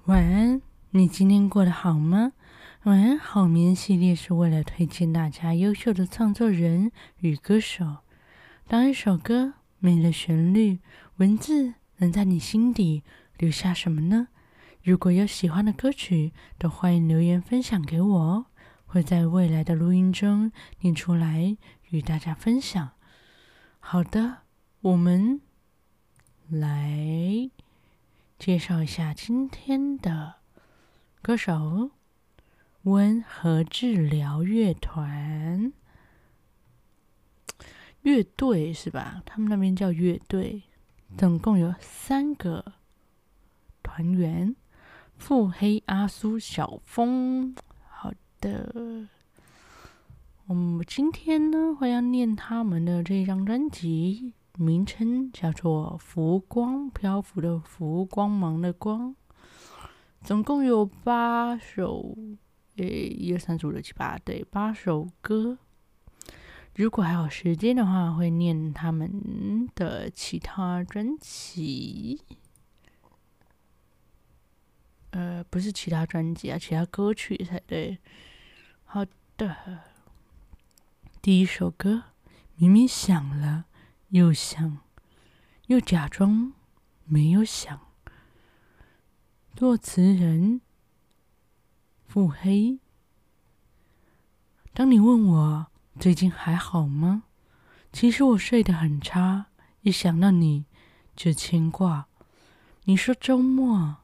晚安，你今天过得好吗？晚安好眠系列是为了推荐大家优秀的创作人与歌手。当一首歌没了旋律，文字能在你心底留下什么呢？如果有喜欢的歌曲，都欢迎留言分享给我哦，会在未来的录音中念出来与大家分享。好的，我们来介绍一下今天的歌手温和治疗乐团乐队是吧？他们那边叫乐队，总共有3个团员：腹黑、阿苏、小峰。好的，我们今天呢会要念他们的这张专辑，名称叫做《浮光》，漂浮的浮，光芒的光。总共有8首，1、2、3、4、5、6、7、8，对，8首歌。如果还有时间的话，会念他们的其他专辑。不是其他专辑啊，其他歌曲才对。好的，第一首歌，明明想了又想，又假装没有想。作词人腹黑。当你问我最近还好吗？其实我睡得很差，一想到你就牵挂。你说周末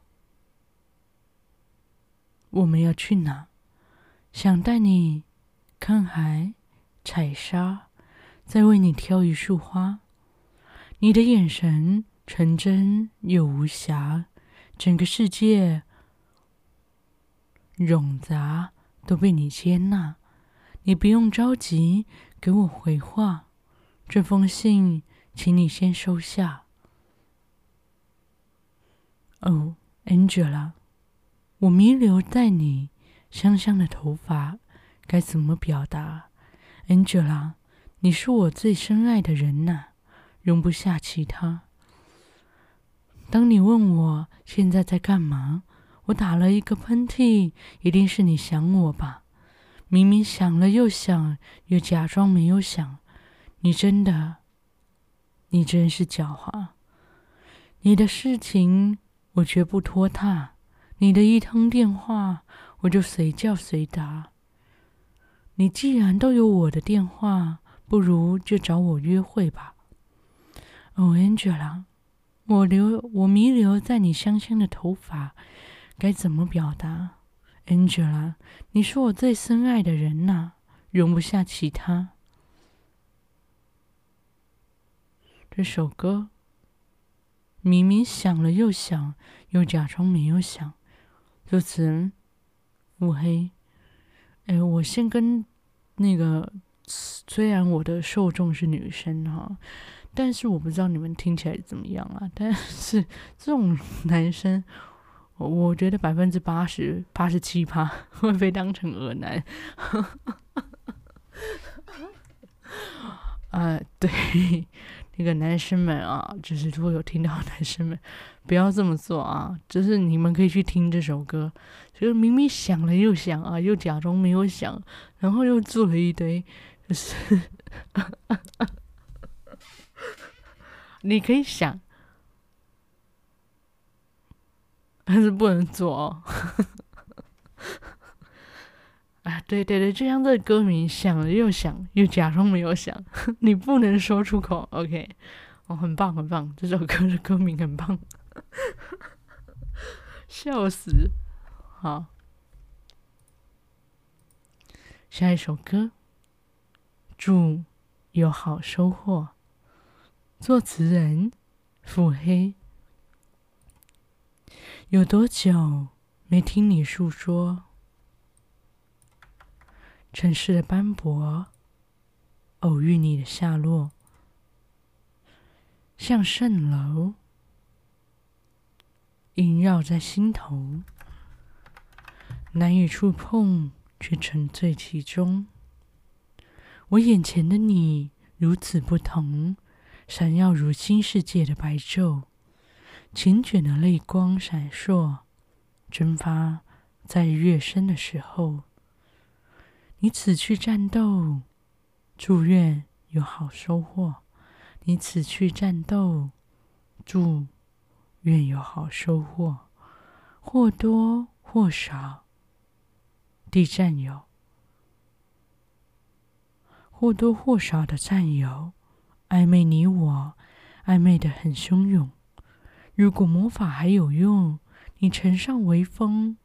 我们要去哪？想带你看海、采沙，再为你挑一束花。你的眼神纯真又无瑕，整个世界冗杂都被你接纳。你不用着急给我回话，这封信请你先收下。哦 Angela， 我弥留在你香香的头发，该怎么表达？ Angela， 你是我最深爱的人呐，容不下其他。当你问我现在在干嘛，我打了一个喷嚏，一定是你想我吧。明明想了又想，又假装没有想。你真是狡猾。你的事情我绝不拖沓，你的一通电话我就随叫随答。你既然都有我的电话，不如就找我约会吧。哦 Angela， 我弥留在你香香的头发，该怎么表达？Angela， 你是我最深爱的人呐，容不下其他。这首歌明明想了又想，又假装没有想。作词人腹黑。我先跟那个，虽然我的受众是女生哈，但是我不知道你们听起来怎么样啊。但是这种男生，我觉得80%、87%会被当成恶男。对，那个男生们啊，就是如果有听到男生们，不要这么做啊！就是你们可以去听这首歌，就是明明想了又想啊，又假装没有想，然后又做了一堆，就是你可以想，但是不能做哦。对对对，就像这个歌名，想了又想，又假装没有想，你不能说出口。OK， 很棒很棒，这首歌的歌名很棒，笑死。好，下一首歌，祝有好收获。作词人腹黑。有多久没听你诉说城市的斑驳，偶遇你的下落，像蜃楼萦绕在心头，难以触碰，却沉醉其中。我眼前的你如此不同，闪耀如新世界的白昼，缱绻的泪光闪烁， 蒸发在月升的时候。你此去战斗，祝愿有好收获。你此去战斗，祝愿有好收获，或多或少地占有，或多或少的占有，暧昧你我，暧昧的很汹涌。如果魔法还有用，你乘上微风，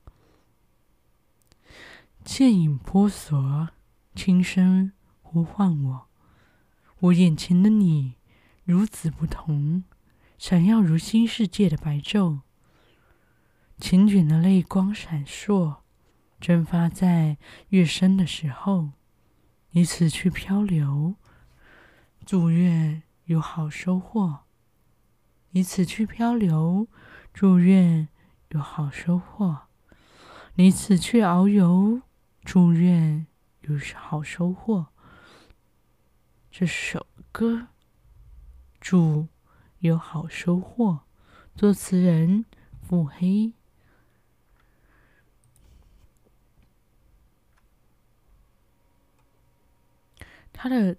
剑影婆娑，轻声呼唤我。我眼前的你如此不同，闪耀如新世界的白昼，缱绻的泪光闪烁，蒸发在月升的时候。你此去漂流，祝愿有好收获。你此去漂流，祝愿有好收获。你此去遨游，祝愿有好收获。这首歌祝有好收获，作词人腹黑。他的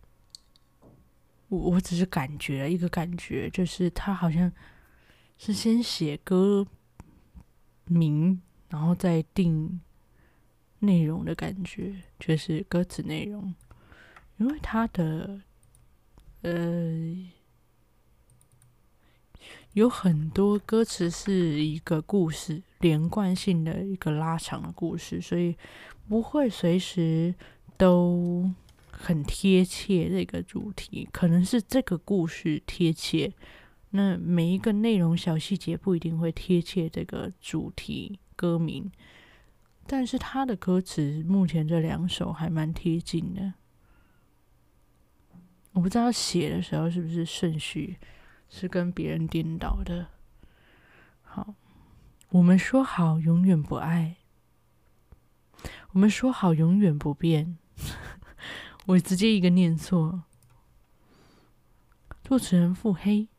我只是一个感觉，就是他好像是先写歌名，然后再定内容的感觉，就是歌词内容。因为他的有很多歌词是一个故事，连贯性的一个拉长的故事，所以不会随时都很贴切这个主题，可能是这个故事贴切，那每一个内容小细节不一定会贴切这个主题歌名，但是他的歌词目前这2首还蛮贴近的。我不知道写的时候是不是顺序是跟别人颠倒的。好，我们说好永远不爱，我们说好永远不变。我直接一个念错。作词人腹黑。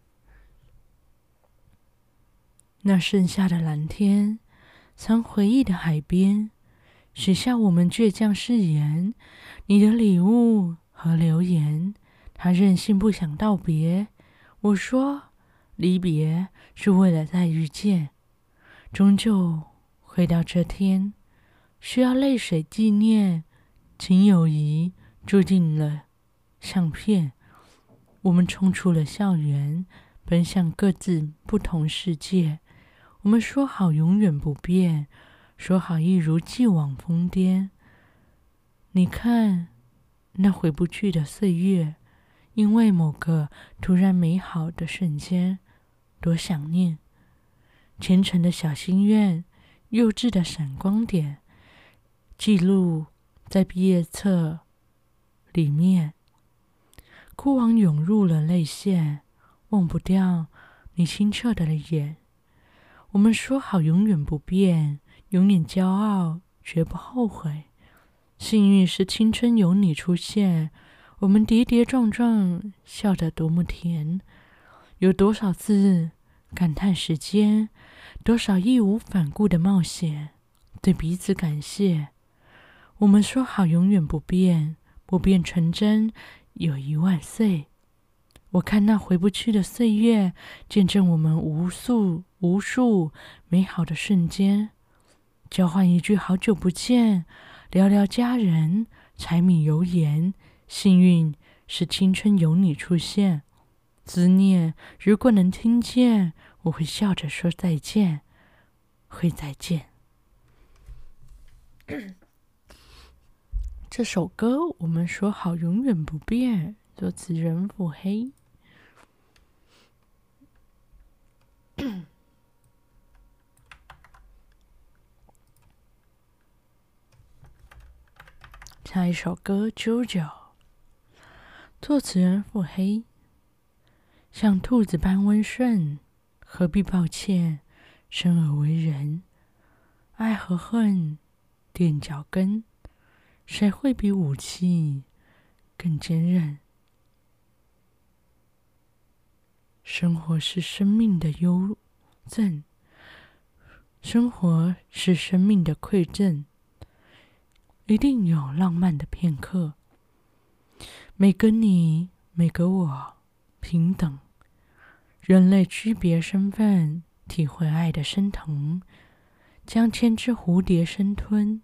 那盛夏的蓝天，藏回忆的海边，许下我们倔强誓言。你的礼物和留言，他任性不想道别。我说离别是为了再遇见，终究回到这天，需要泪水纪念，情友谊住进了相片。我们冲出了校园，奔向各自不同世界。我们说好永远不变，说好一如既往疯癫。你看那回不去的岁月，因为某个突然美好的瞬间，多想念。虔诚的小心愿，幼稚的闪光点，记录在毕业册里面。哭王涌入了泪腺，忘不掉你清澈的眼。我们说好永远不变，永远骄傲，绝不后悔。幸运是青春有你出现，我们跌跌撞撞，笑得多么甜。有多少次感叹时间，多少义无反顾的冒险，对彼此感谢。我们说好永远不变，不变纯真，友谊万岁。我看那回不去的岁月，见证我们无数美好的瞬间。交换一句好久不见，聊聊家人，柴米油盐。幸运是青春有你出现，思念如果能听见，我会笑着说再见，会再见。这首歌我们说好永远不变，作词人腹黑。下一首歌《JoJo》，作词人腹黑。像兔子般温顺，何必抱歉？生而为人，爱和恨垫脚跟，谁会比武器更坚韧？生活是生命的幽赠， 生活是生命的馈赠，一定有浪漫的片刻。每个你，每个我，平等。人类区别身份，体会爱的升腾，将千只蝴蝶生吞，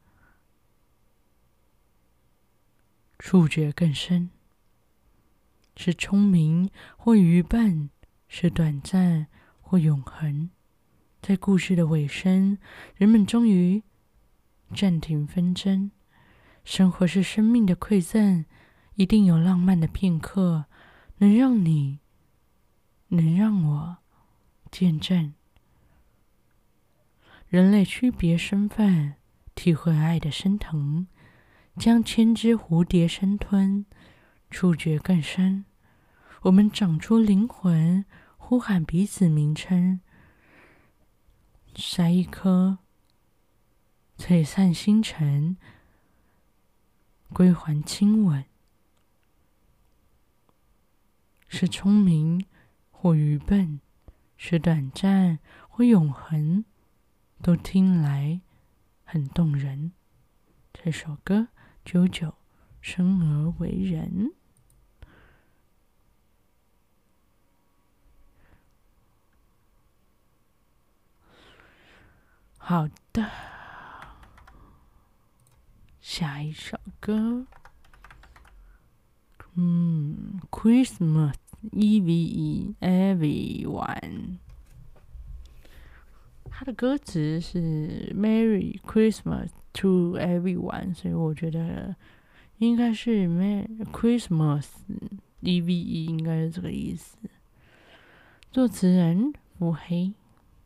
触觉更深。是聪明或愚笨，是短暂或永恒。在故事的尾声，人们终于暂停纷争。生活是生命的馈赠，一定有浪漫的片刻，能让你，能让我见证。人类区别身份，体会爱的升腾，将千只蝴蝶生吞，触觉更深。我们长出灵魂，呼喊彼此名称，摘一颗璀璨星辰，归还亲吻。是聪明或愚笨，是短暂或永恒，都听来很动人。这首歌，JoJo生而为人。好的，下一首歌，Christmas Eve Everyone。它的歌词是 Merry Christmas to Everyone， 所以我觉得应该是 Christmas Eve 应该是这个意思。作词人腹黑。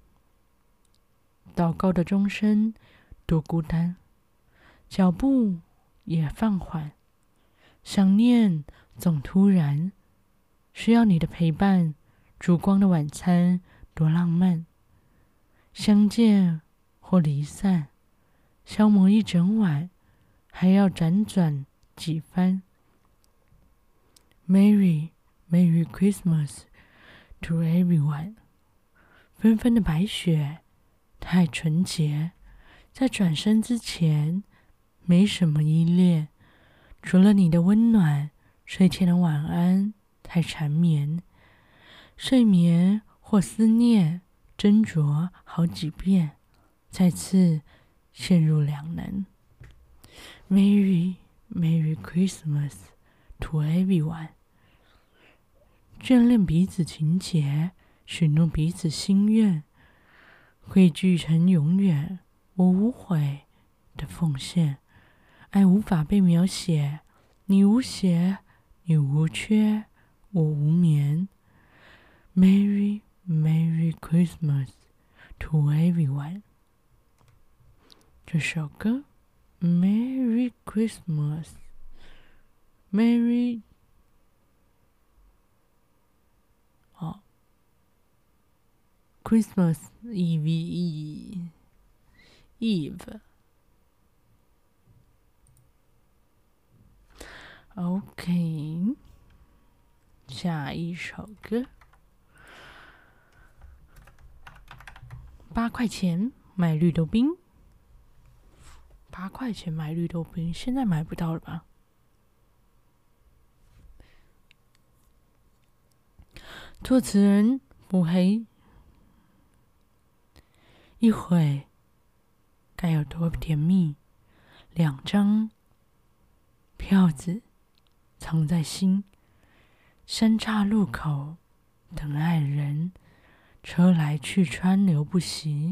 祷告的钟声多孤单，脚步也放缓，想念总突然，需要你的陪伴。烛光的晚餐多浪漫，相见或离散，消磨一整晚，还要辗转几番。Merry Christmas to everyone。纷纷的白雪太纯洁，在转身之前没什么依恋，除了你的温暖。睡前的晚安太缠绵，睡眠或思念斟酌好几遍，再次陷入两难。Merry Christmas to everyone。眷恋彼此情结，许诺彼此心愿，汇聚成永远。我无悔的奉献，爱无法被描写，你无邪，你无缺，我无眠。Merry Christmas to everyone。这首歌 Merry Christmas Merry Christmas Eve OK， 下一首歌，8块钱买绿豆冰。8块钱买绿豆冰，现在买不到了吧？作词人腹黑。一会该有多甜蜜，2张票子藏在心，三岔路口等爱人，车来去川流不息。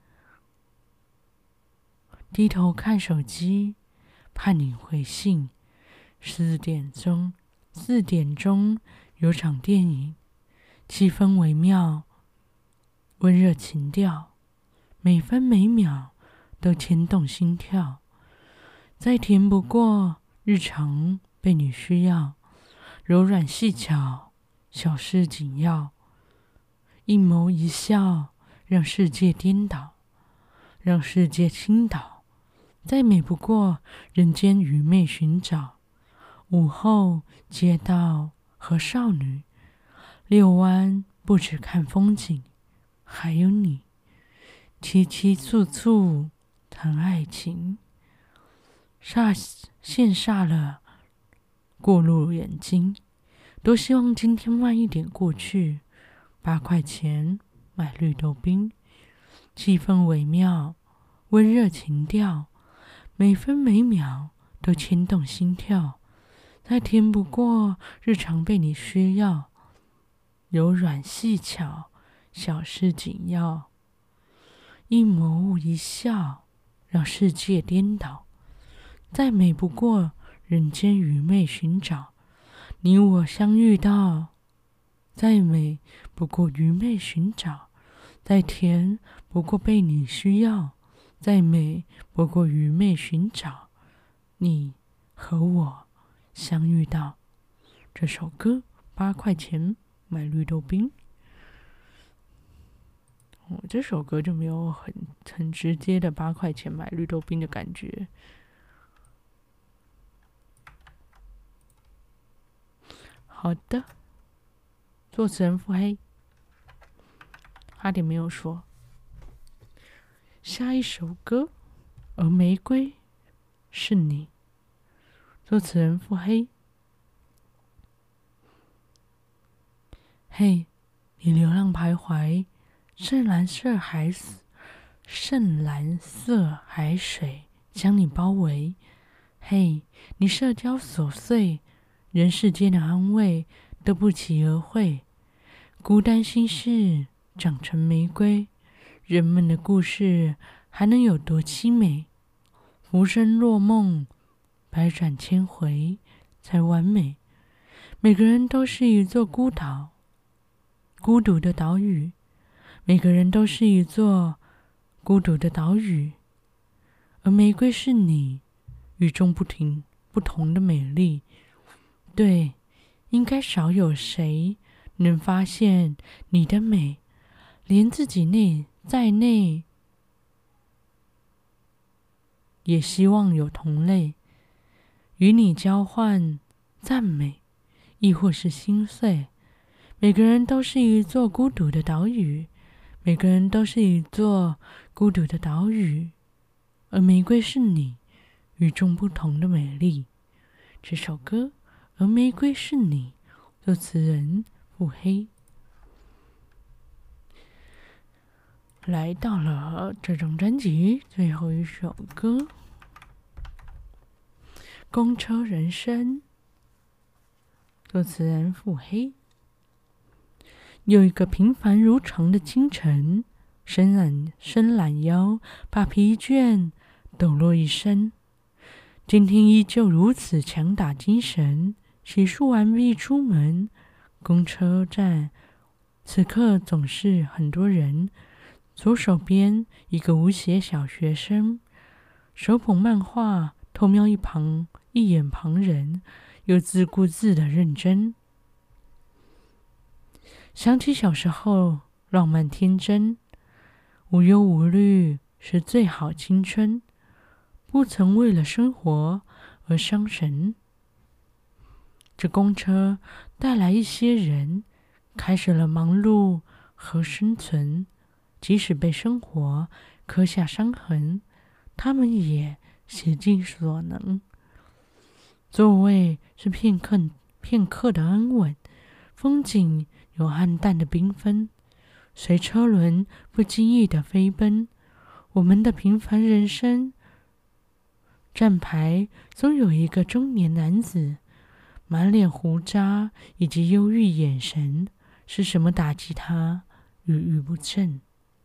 低头看手机，盼你回信。4点钟有场电影，气氛微妙，温热情调，每分每秒都牵动心跳。再甜不过日常被你需要，柔软细巧，小事紧要。一眸一笑，让世界颠倒，让世界倾倒。再美不过人间愚昧寻找。午后街道和少女，遛弯不只看风景，还有你。 凄凄簇簇谈爱情，羡煞了过路眼睛。多希望今天慢一点过去。8块钱买绿豆冰，气氛微妙，温热情调，每分每秒都牵动心跳。再甜不过日常被你需要，柔软细巧，小事紧要。一眸一笑，让世界颠倒。再美不过人间愚昧寻找，你我相遇到。再美不过愚昧寻找，再甜不过被你需要，再美不过愚昧寻找，你和我相遇到。这首歌8块钱买绿豆冰。这首歌就没有很直接的8块钱买绿豆冰的感觉。好的，作词人腹黑，阿点没有说。下一首歌，而玫瑰是你，作词人腹黑。嘿，你流浪徘徊，深蓝色海水将你包围。嘿，你社交琐碎，人世间的安慰都不期而会。孤单心事长成玫瑰，人们的故事还能有多凄美？浮生若梦，百转千回才完美。每个人都是一座孤独的岛屿，每个人都是一座孤独的岛屿，而玫瑰是你与众不同的美丽。对，应该少有谁能发现你的美，连自己在内也希望有同类，与你交换赞美，亦或是心碎。每个人都是一座孤独的岛屿，每个人都是一座孤独的岛屿，而玫瑰是你与众不同的美丽。这首歌，而玫瑰是你，作词人腹黑。来到了这张专辑最后一首歌，《公车人生》，作词人腹黑。有一个平凡如常的清晨，伸懒腰，把疲倦抖落一身。今天依旧如此强打精神，洗漱完毕出门。公车站此刻总是很多人，左手边一个无邪小学生，手捧漫画，偷瞄一眼旁人，又自顾自的认真。想起小时候浪漫天真，无忧无虑是最好青春，不曾为了生活而伤神。这公车带来一些人，开始了忙碌和生存，即使被生活刻下伤痕，他们也竭尽所能。座位是片刻的安稳，风景有暗淡的缤纷，随车轮不经意的飞奔。我们的平凡人生，站牌总有一个中年男子，满脸胡渣以及忧郁眼神，是什么打击他郁郁不振？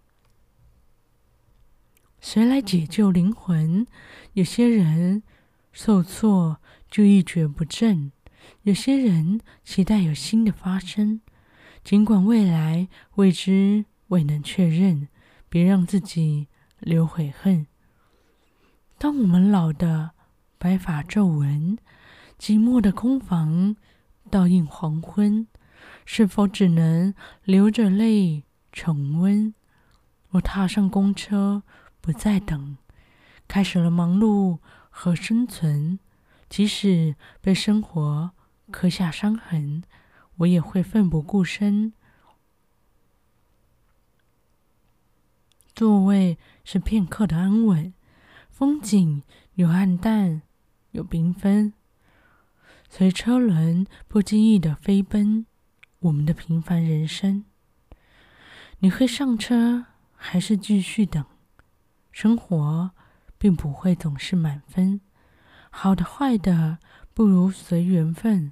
谁来解救灵魂？有些人受挫就一蹶不振，有些人期待有新的发生。尽管未来未知，未能确认，别让自己留悔恨。当我们老的白发皱纹，寂寞的空房倒映黄昏，是否只能流着泪重温？我踏上公车，不再等，开始了忙碌和生存。即使被生活刻下伤痕，我也会奋不顾身， 座位是片刻的安稳，风景有暗淡，有缤纷。随车轮不经意的飞奔，我们的平凡人生。你会上车，还是继续等？生活并不会总是满分，好的坏的不如随缘分。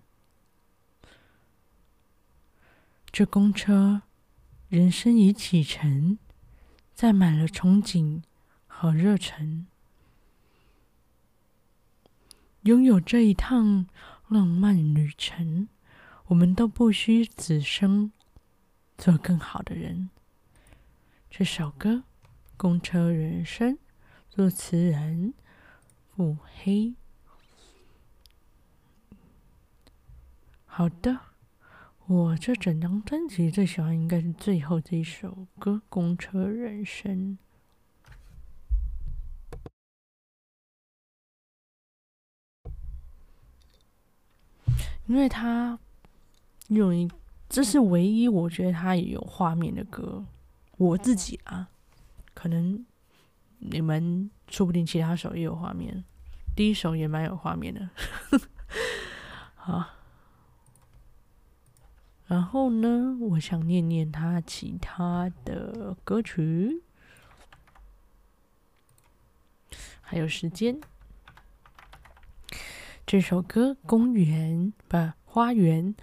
这公车，人生已启程，载满了憧憬和热忱。拥有这一趟浪漫旅程，我们都不需此生做更好的人。这首歌《公车人生》，作词人腹黑。好的，我这整张专辑最喜欢应该是最后这一首歌《公车人生》。因为它这是唯一我觉得它也有画面的歌。我自己啊，可能你们说不定其他首也有画面，第一首也蛮有画面的。好，然后呢，我想念念他其他的歌曲，还有时间。这首歌《公园》花园，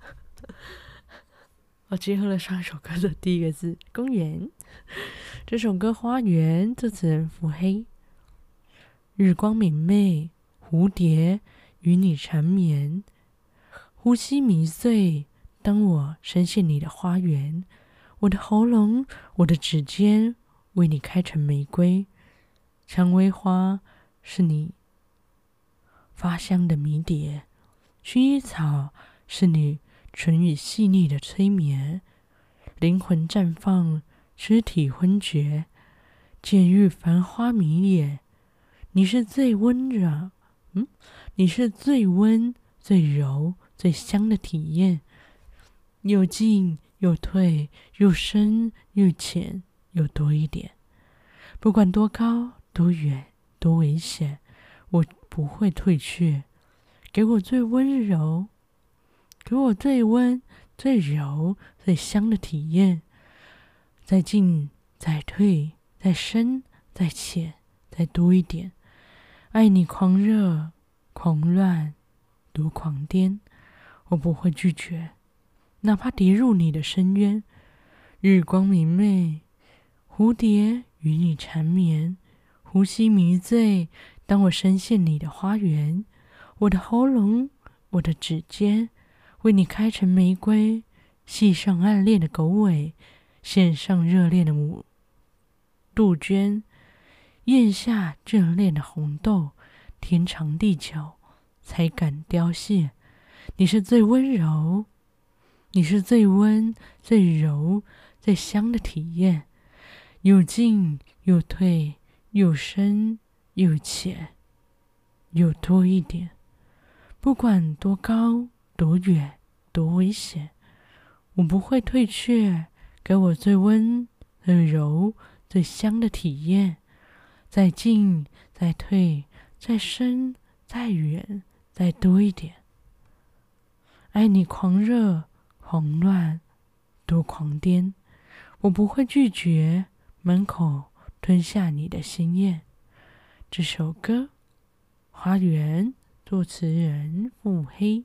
我结合了上一首歌的第一个字“公园”。这首歌《花园》，作词人腹黑。日光明媚，蝴蝶与你缠绵，呼吸迷醉。当我深陷你的花园，我的喉咙，我的指尖，为你开成玫瑰。蔷薇花是你发香的迷迭，薰衣草是你唇语细腻的催眠。灵魂绽放，肢体昏厥，渐欲繁花迷眼。你是最温柔，你是最温、最柔、最香的体验，又进又退，又深又浅，又多一点。不管多高、多远、多危险，我不会退却。给我最温柔，给我最温、最柔、最香的体验。再进，再退，再深，再浅，再多一点。爱你狂热、狂乱、多狂癫，我不会拒绝，哪怕跌入你的深渊。日光明媚，蝴蝶与你缠绵，呼吸迷醉。当我深陷你的花园，我的喉咙，我的指尖，为你开成玫瑰。系上暗恋的狗尾，献上热恋的杜鹃。咽下眷恋的红豆，天长地久才敢凋谢。你是最温柔，你是最温、最柔、最香的体验，又进又退，又深又浅，又多一点。不管多高、多远、多危险，我不会退却。给我最温、最柔、最香的体验。再进，再退，再深，再远，再多一点。爱你狂热、狂乱、多狂癫，我不会拒绝，满口吞下你的鲜艳。这首歌《花园》，作词人腹黑。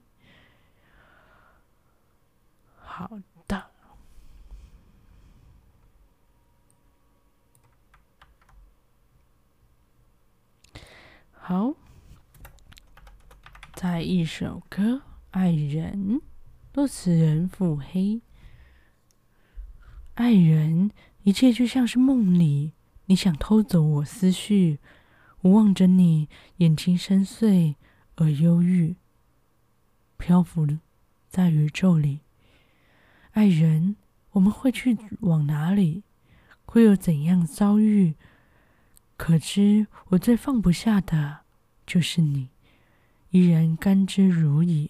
好的。好，再一首歌《爱人》，作词人腹黑。爱人，一切就像是梦里，你想偷走我思绪，我望着你，眼睛深邃而忧郁，漂浮在宇宙里。爱人，我们会去往哪里？会有怎样遭遇？可知我最放不下的就是你，依然甘之如饴。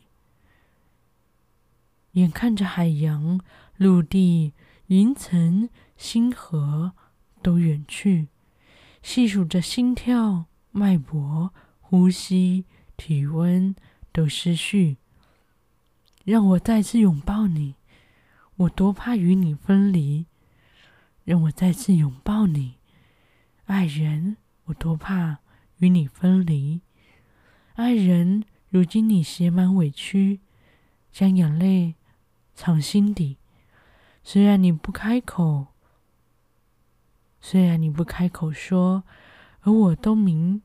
眼看着海洋、陆地、云层、星河都远去，细数着心跳、脉搏、呼吸、体温都失去。让我再次拥抱你，我多怕与你分离。让我再次拥抱你，爱人，我多怕与你分离。爱人，如今你写满委屈，将眼泪藏心底。虽然你不开口说，而我都明，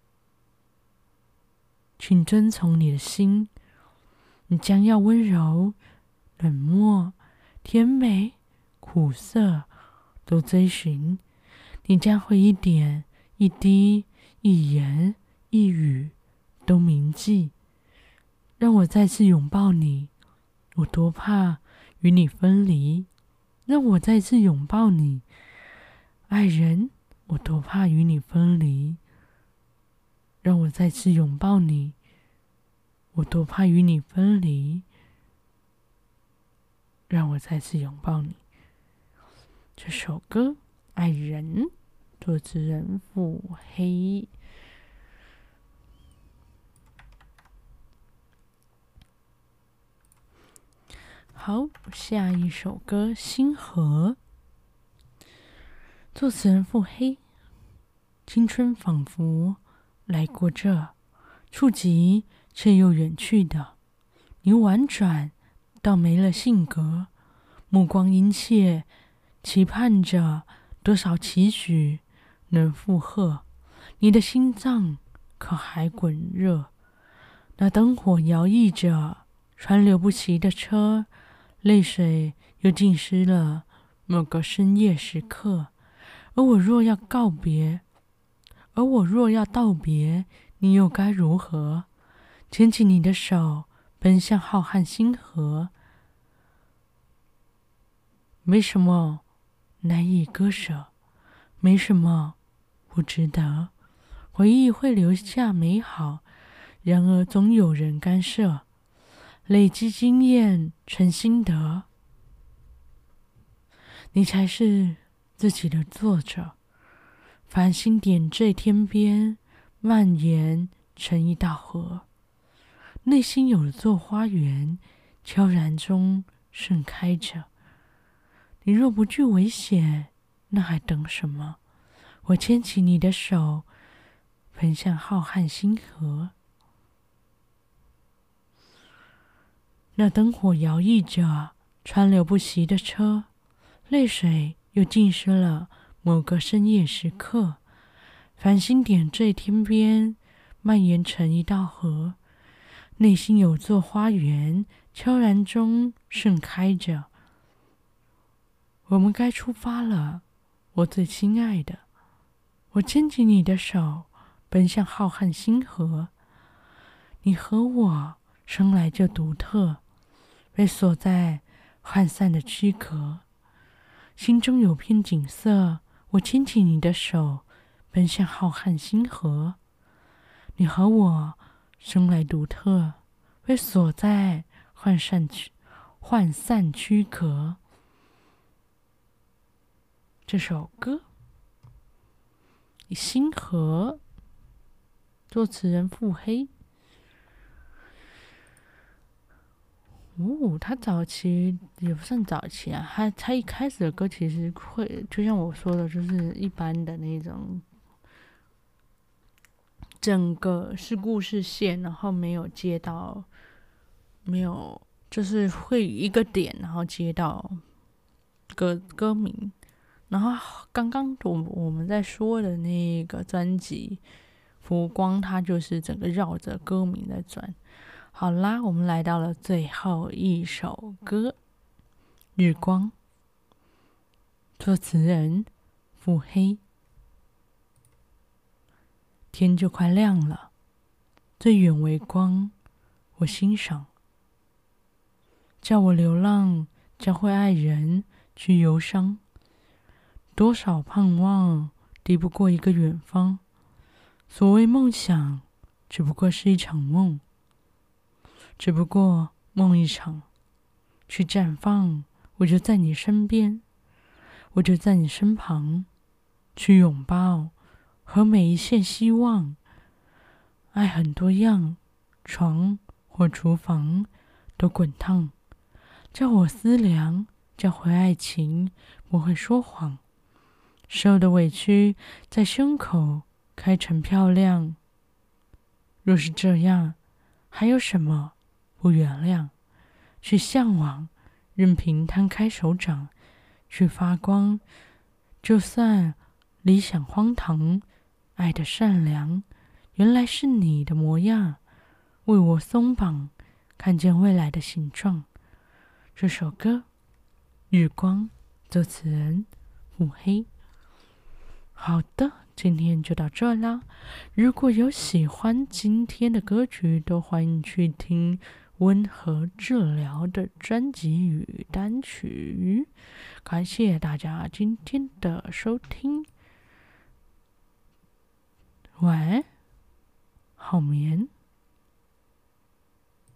请遵从你的心。你将要温柔、冷漠、甜美、苦涩都追寻，你将会一点、一滴、一言、一语都铭记。让我再次拥抱你，我多怕与你分离。让我再次拥抱你，爱人，我多怕与你分离。让我再次拥抱你，我多怕与你分离。让我再次拥抱你。这首歌《爱人》，作词人腹黑。好，下一首歌《星河》，作词人腹黑。青春仿佛来过这，触及却又远去的。你婉转到没了性格，目光殷切，期盼着多少期许能负荷。你的心脏可还滚热？那灯火摇曳着川流不息的车，泪水又浸湿了某个深夜时刻。而我若要道别，你又该如何？牵起你的手，奔向浩瀚星河。没什么难以割舍，没什么不值得。回忆会留下美好，然而总有人干涉。累积经验成心得，你才是自己的作者。繁星点缀天边，蔓延成一道河。内心有座花园，悄然中盛开着。你若不惧危险，那还等什么？我牵起你的手，奔向浩瀚星河。那灯火摇曳着川流不息的车，泪水又浸湿了某个深夜时刻。繁星点缀天边，蔓延成一道河。内心有座花园，悄然中盛开着。我们该出发了，我最亲爱的。我牵起你的手，奔向浩瀚星河。你和我生来就独特，被锁在涣散的躯壳。心中有片景色，我牵起你的手，奔向浩瀚星河。你和我生来独特，被锁在涣散躯壳。这首歌《星河》，作词人腹黑。他早期也不算早期啊，他一开始的歌其实会，就像我说的，就是一般的那种，整个是故事线，然后没有接到，就是会一个点，然后接到歌名。然后刚刚我们在说的那个专辑《浮光》，它就是整个绕着歌名在转。好啦，我们来到了最后一首歌《日光》，作词人腹黑。天就快亮了，最远为光，我欣赏。叫我流浪，教会爱人去忧伤。多少盼望敌不过一个远方，所谓梦想只不过是一场梦，只不过梦一场。去绽放，我就在你身边，我就在你身旁。 去拥抱和每一线希望。爱很多样，床或厨房都滚烫，叫我思量，教会爱情不会说谎。受的委屈在胸口开成漂亮。若是这样，还有什么不原谅？去向往，任凭摊开手掌，去发光。就算理想荒唐，爱的善良，原来是你的模样，为我松绑，看见未来的形状。这首歌，日光，作词人腹黑。好的，今天就到这啦。如果有喜欢今天的歌曲，都欢迎去听温和治疗的专辑与单曲。感谢大家今天的收听，晚安，好眠。